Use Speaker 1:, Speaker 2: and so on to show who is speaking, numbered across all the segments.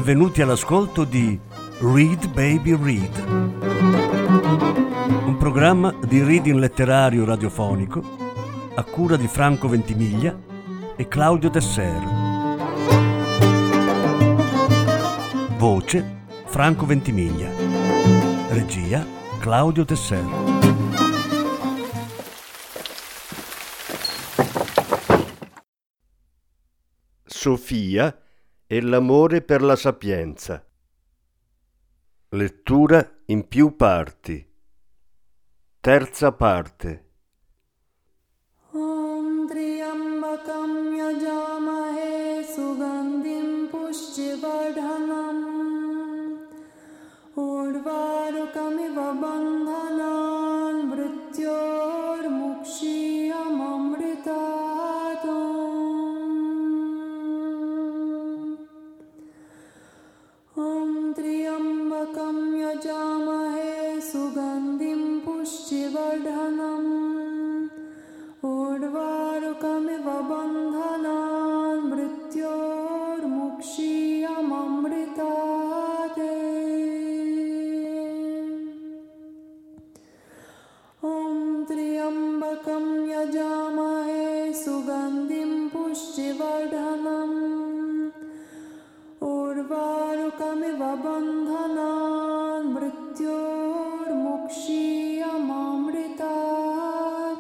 Speaker 1: benvenuti all'ascolto di Read Baby Read, un programma di reading letterario radiofonico a cura di Franco Ventimiglia e Claudio Tesser. Voce Franco Ventimiglia. Regia Claudio Tesser.
Speaker 2: Sofia e l'amore per la sapienza. Lettura in più parti. Terza parte.
Speaker 3: Om Triambakam Yajamahe Sugandhim Pushtivardhanam Urvarukamiva Bandhanan Mrityor Mukshiyam Amritatum. Om Triambakam Yajamahe Sugandhim Pushtivardhanam Urvarukamiva Bandhanan Mrityor Mukshiyam Amritate. Om Triambakam Yajamahe Sugandhim Pushtivardhanam Urvarukamiva Bandhanan Mrityor Mukshiyam Amritat.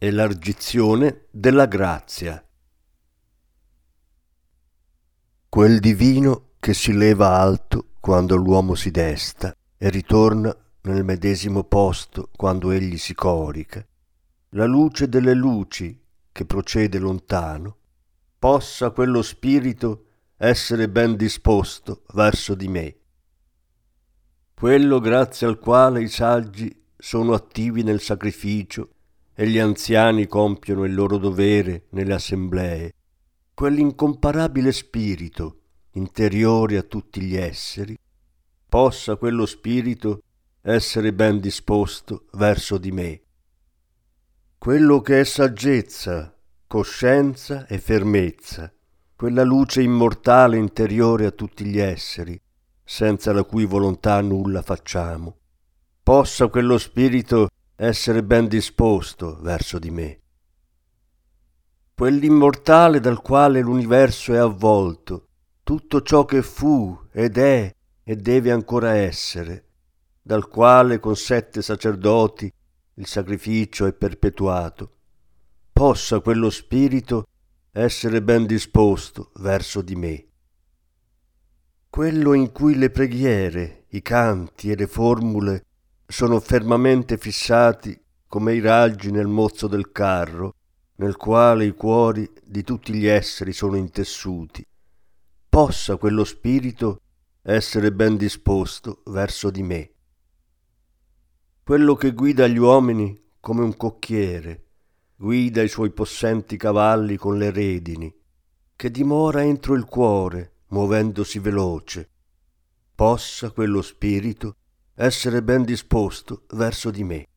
Speaker 2: Elargizione della grazia. Quel divino che si leva alto quando l'uomo si desta e ritorna nel medesimo posto quando egli si corica, la luce delle luci che procede lontano, possa quello spirito essere ben disposto verso di me. Quello grazie al quale i saggi sono attivi nel sacrificio e gli anziani compiono il loro dovere nelle assemblee, quell'incomparabile spirito interiore a tutti gli esseri, possa quello spirito essere ben disposto verso di me. Quello che è saggezza, coscienza e fermezza, quella luce immortale interiore a tutti gli esseri, senza la cui volontà nulla facciamo, possa quello spirito essere ben disposto verso di me. Quell'immortale dal quale l'universo è avvolto, tutto ciò che fu ed è e deve ancora essere, dal quale con 7 sacerdoti il sacrificio è perpetuato, possa quello spirito essere ben disposto verso di me. Quello in cui le preghiere, i canti e le formule sono fermamente fissati come i raggi nel mozzo del carro, nel quale i cuori di tutti gli esseri sono intessuti, possa quello spirito essere ben disposto verso di me. Quello che guida gli uomini come un cocchiere, guida i suoi possenti cavalli con le redini, che dimora entro il cuore, muovendosi veloce, possa quello spirito essere ben disposto verso di me.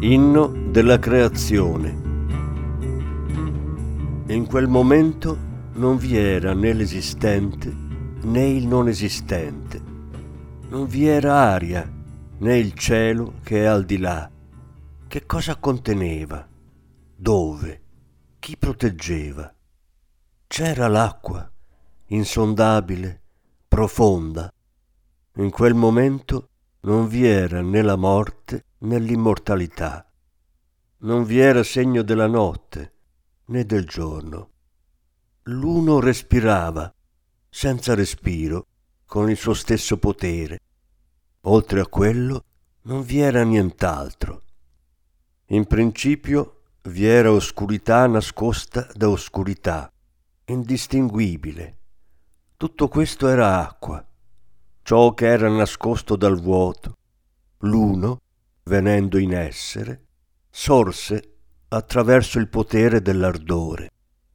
Speaker 2: Inno della creazione. In quel momento non vi era né l'esistente né il non esistente. Non vi era aria né il cielo che è al di là. Che cosa conteneva? Dove? Chi proteggeva? C'era l'acqua, insondabile, profonda. In quel momento non vi era né la morte né l'immortalità. Non vi era segno della notte né del giorno. L'uno respirava, senza respiro, con il suo stesso potere. Oltre a quello non vi era nient'altro. In principio vi era oscurità nascosta da oscurità, indistinguibile. Tutto questo era acqua, ciò che era nascosto dal vuoto. L'uno, venendo in essere, sorse attraverso il potere dell'ardore.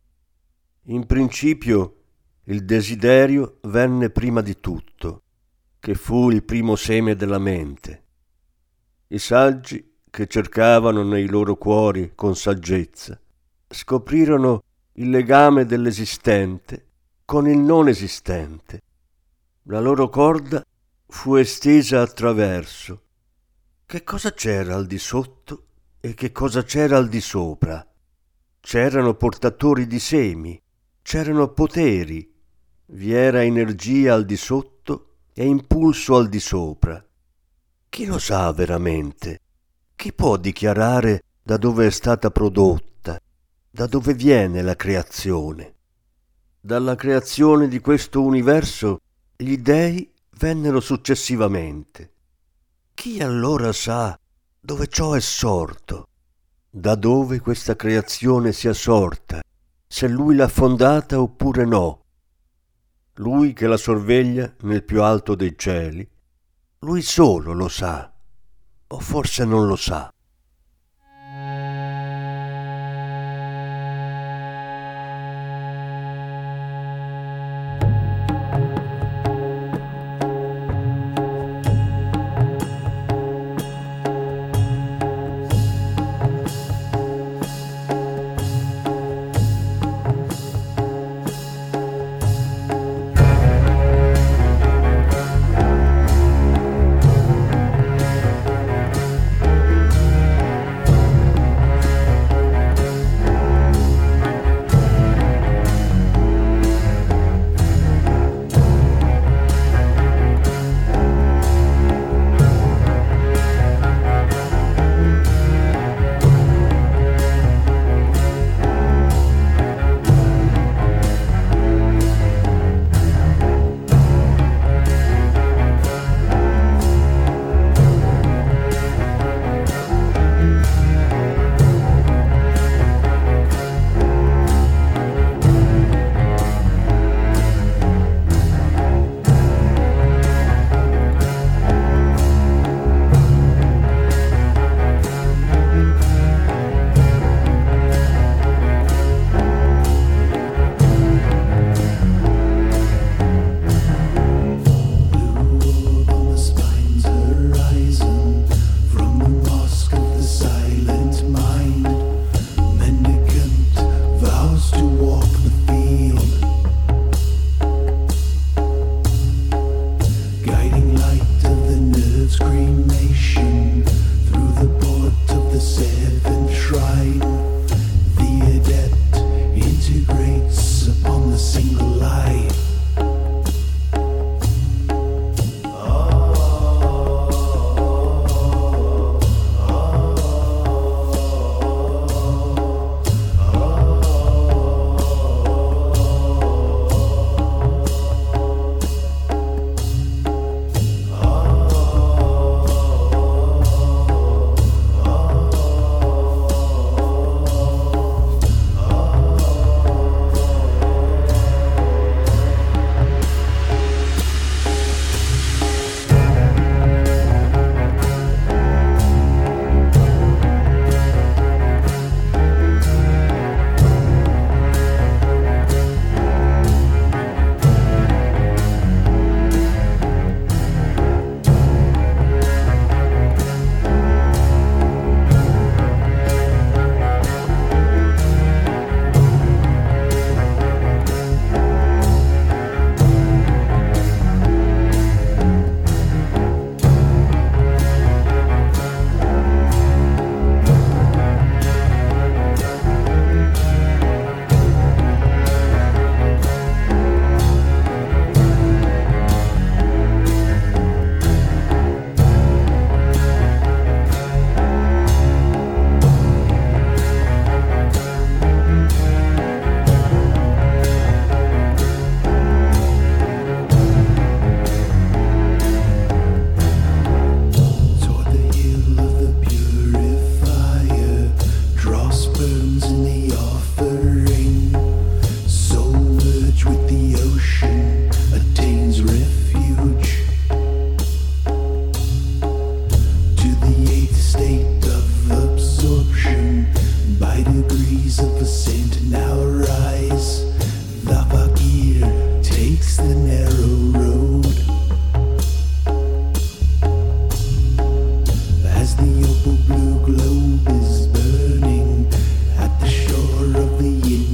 Speaker 2: In principio il desiderio venne prima di tutto, che fu il primo seme della mente. I saggi, che cercavano nei loro cuori con saggezza, scoprirono il legame dell'esistente con il non esistente. La loro corda fu estesa attraverso. Che cosa c'era al di sotto e che cosa c'era al di sopra? C'erano portatori di semi, c'erano poteri, vi era energia al di sotto e impulso al di sopra. Chi lo sa veramente? Chi può dichiarare da dove è stata prodotta, da dove viene la creazione? Dalla creazione di questo universo gli dei vennero successivamente. Chi allora sa dove ciò è sorto? Da dove questa creazione sia sorta, se lui l'ha fondata oppure no? Lui che la sorveglia nel più alto dei cieli, lui solo lo sa, o forse non lo sa.
Speaker 4: the offering, soul merge with the ocean, attains refuge to the eighth state of absorption. By degrees of ascent now rise, the fakir takes the narrow road. As the opal blue globe is burning at the shore of the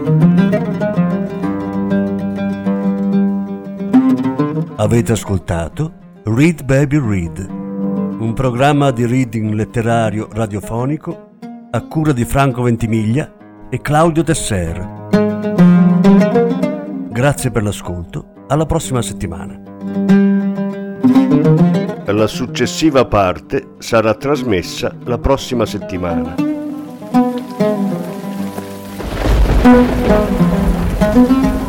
Speaker 1: Avete ascoltato Read Baby Read, un programma di reading letterario radiofonico a cura di Franco Ventimiglia e Claudio Tesser. Grazie per l'ascolto, alla prossima settimana.
Speaker 2: La successiva parte sarà trasmessa la prossima settimana.